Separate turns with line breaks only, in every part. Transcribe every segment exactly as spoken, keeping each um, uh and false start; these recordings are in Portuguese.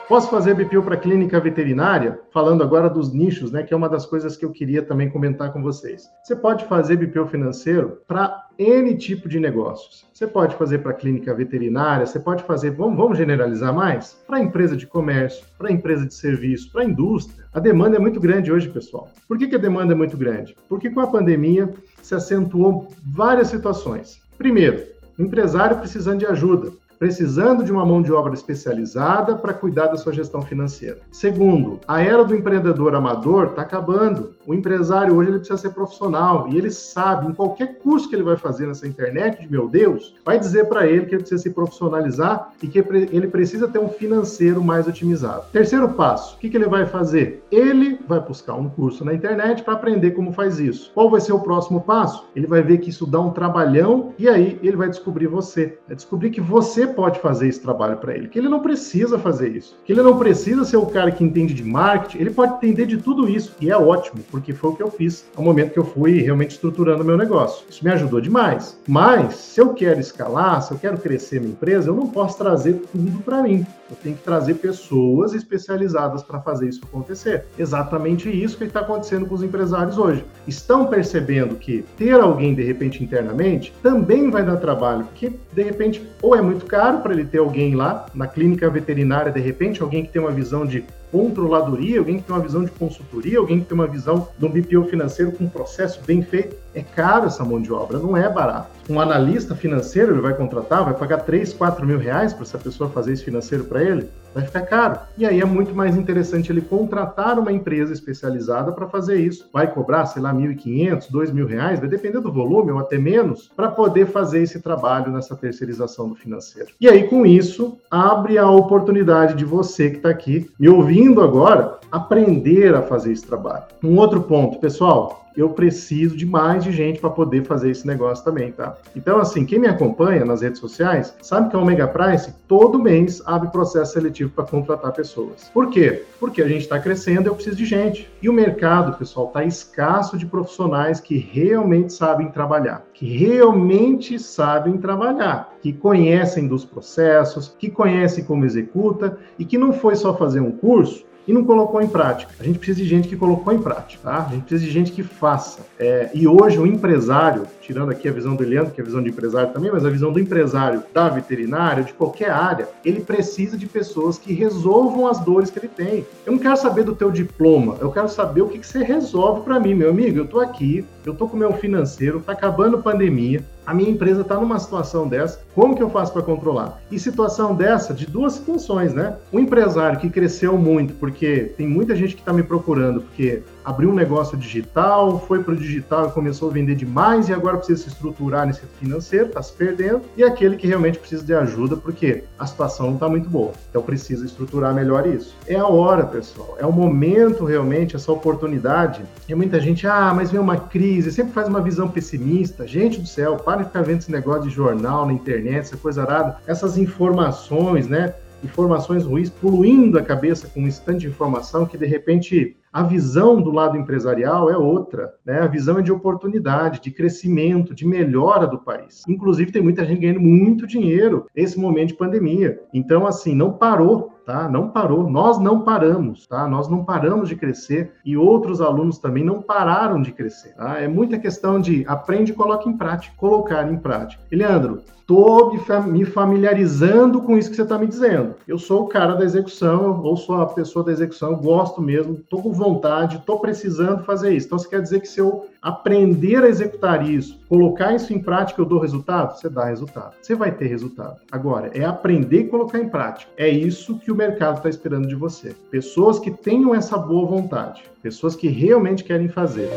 Posso fazer B P O para clínica veterinária? Falando agora dos nichos, né, que é uma das coisas que eu queria também comentar com vocês. Você pode fazer B P O financeiro para N tipo de negócios. Você pode fazer para clínica veterinária, você pode fazer, vamos, vamos generalizar mais? Para empresa de comércio, para empresa de serviço, para indústria. A demanda é muito grande hoje, pessoal. Por que, que a demanda é muito grande? Porque com a pandemia se acentuou várias situações. Primeiro, o empresário precisando de ajuda, precisando de uma mão de obra especializada para cuidar da sua gestão financeira. Segundo, a era do empreendedor amador está acabando. O empresário hoje ele precisa ser profissional e ele sabe, em qualquer curso que ele vai fazer nessa internet, de meu Deus, vai dizer para ele que ele precisa se profissionalizar e que ele precisa ter um financeiro mais otimizado. Terceiro passo, o que, que ele vai fazer? Ele vai buscar um curso na internet para aprender como faz isso. Qual vai ser o próximo passo? Ele vai ver que isso dá um trabalhão e aí ele vai descobrir você. Vai descobrir que você pode fazer esse trabalho para ele, que ele não precisa fazer isso, que ele não precisa ser o cara que entende de marketing, ele pode entender de tudo isso, e é ótimo, porque foi o que eu fiz no momento que eu fui realmente estruturando o meu negócio. Isso me ajudou demais. Mas, se eu quero escalar, se eu quero crescer minha empresa, eu não posso trazer tudo para mim. Eu tenho que trazer pessoas especializadas para fazer isso acontecer. Exatamente isso que está acontecendo com os empresários hoje. Estão percebendo que ter alguém, de repente, internamente, também vai dar trabalho, porque, de repente, ou é muito caro para ele ter alguém lá, na clínica veterinária, de repente, alguém que tem uma visão de controladoria, alguém que tem uma visão de consultoria, alguém que tem uma visão de um B P O financeiro com um processo bem feito. É caro essa mão de obra, não é barato. Um analista financeiro ele vai contratar, vai pagar três, quatro mil reais para essa pessoa fazer esse financeiro para ele, vai ficar caro. E aí é muito mais interessante ele contratar uma empresa especializada para fazer isso. Vai cobrar, sei lá, mil e quinhentos, dois mil reais, vai depender do volume ou até menos, para poder fazer esse trabalho nessa terceirização do financeiro. E aí, com isso, abre a oportunidade de você que está aqui me ouvindo agora, aprender a fazer esse trabalho. Um outro ponto, pessoal, eu preciso de mais de gente para poder fazer esse negócio também, tá? Então, assim, quem me acompanha nas redes sociais sabe que a Omega Price todo mês abre processo seletivo para contratar pessoas. Por quê? Porque a gente está crescendo e eu preciso de gente. E o mercado, pessoal, está escasso de profissionais que realmente sabem trabalhar, que realmente sabem trabalhar, que conhecem dos processos, que conhecem como executa e que não foi só fazer um curso e não colocou em prática. A gente precisa de gente que colocou em prática, tá? A gente precisa de gente que faça. É, e hoje o empresário, tirando aqui a visão do Eliandro, que é a visão de empresário também, mas a visão do empresário da veterinária, de qualquer área, ele precisa de pessoas que resolvam as dores que ele tem. Eu não quero saber do teu diploma, eu quero saber o que, que você resolve para mim, meu amigo. Eu tô aqui, eu tô com o meu financeiro, tá acabando a pandemia, a minha empresa está numa situação dessa, como que eu faço para controlar? E situação dessa, de duas situações, né? Um empresário que cresceu muito, porque tem muita gente que está me procurando, porque abriu um negócio digital, foi para o digital e começou a vender demais e agora precisa se estruturar nesse financeiro, está se perdendo, e aquele que realmente precisa de ajuda, porque a situação não está muito boa. Então precisa estruturar melhor isso. É a hora, pessoal, é o momento realmente, essa oportunidade. E muita gente, ah, mas vem uma crise, sempre faz uma visão pessimista. Gente do céu, para de ficar vendo esse negócio de jornal na internet, essa coisa arada, essas informações, né? Informações ruins poluindo a cabeça com um instante de informação que, de repente, a visão do lado empresarial é outra, né? A visão é de oportunidade, de crescimento, de melhora do país. Inclusive, tem muita gente ganhando muito dinheiro nesse momento de pandemia. Então, assim, não parou, tá? Não parou. Nós não paramos, tá? Nós não paramos de crescer e outros alunos também não pararam de crescer, tá? É muita questão de aprende e coloca em prática, colocar em prática. Leandro, estou me familiarizando com isso que você está me dizendo. Eu sou o cara da execução, ou sou a pessoa da execução, eu gosto mesmo, estou com vontade, estou precisando fazer isso. Então, você quer dizer que se eu aprender a executar isso, colocar isso em prática, eu dou resultado? Você dá resultado. Você vai ter resultado. Agora, é aprender e colocar em prática. É isso que o mercado está esperando de você. Pessoas que tenham essa boa vontade. Pessoas que realmente querem fazer.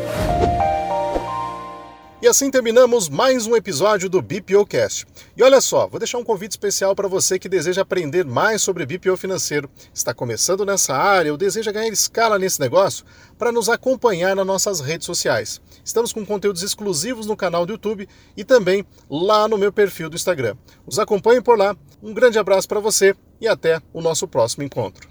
E assim terminamos mais um episódio do B P O Cast. E olha só, vou deixar um convite especial para você que deseja aprender mais sobre B P O financeiro, está começando nessa área ou deseja ganhar escala nesse negócio, para nos acompanhar nas nossas redes sociais. Estamos com conteúdos exclusivos no canal do YouTube e também lá no meu perfil do Instagram. Os acompanhem por lá. Um grande abraço para você e até o nosso próximo encontro.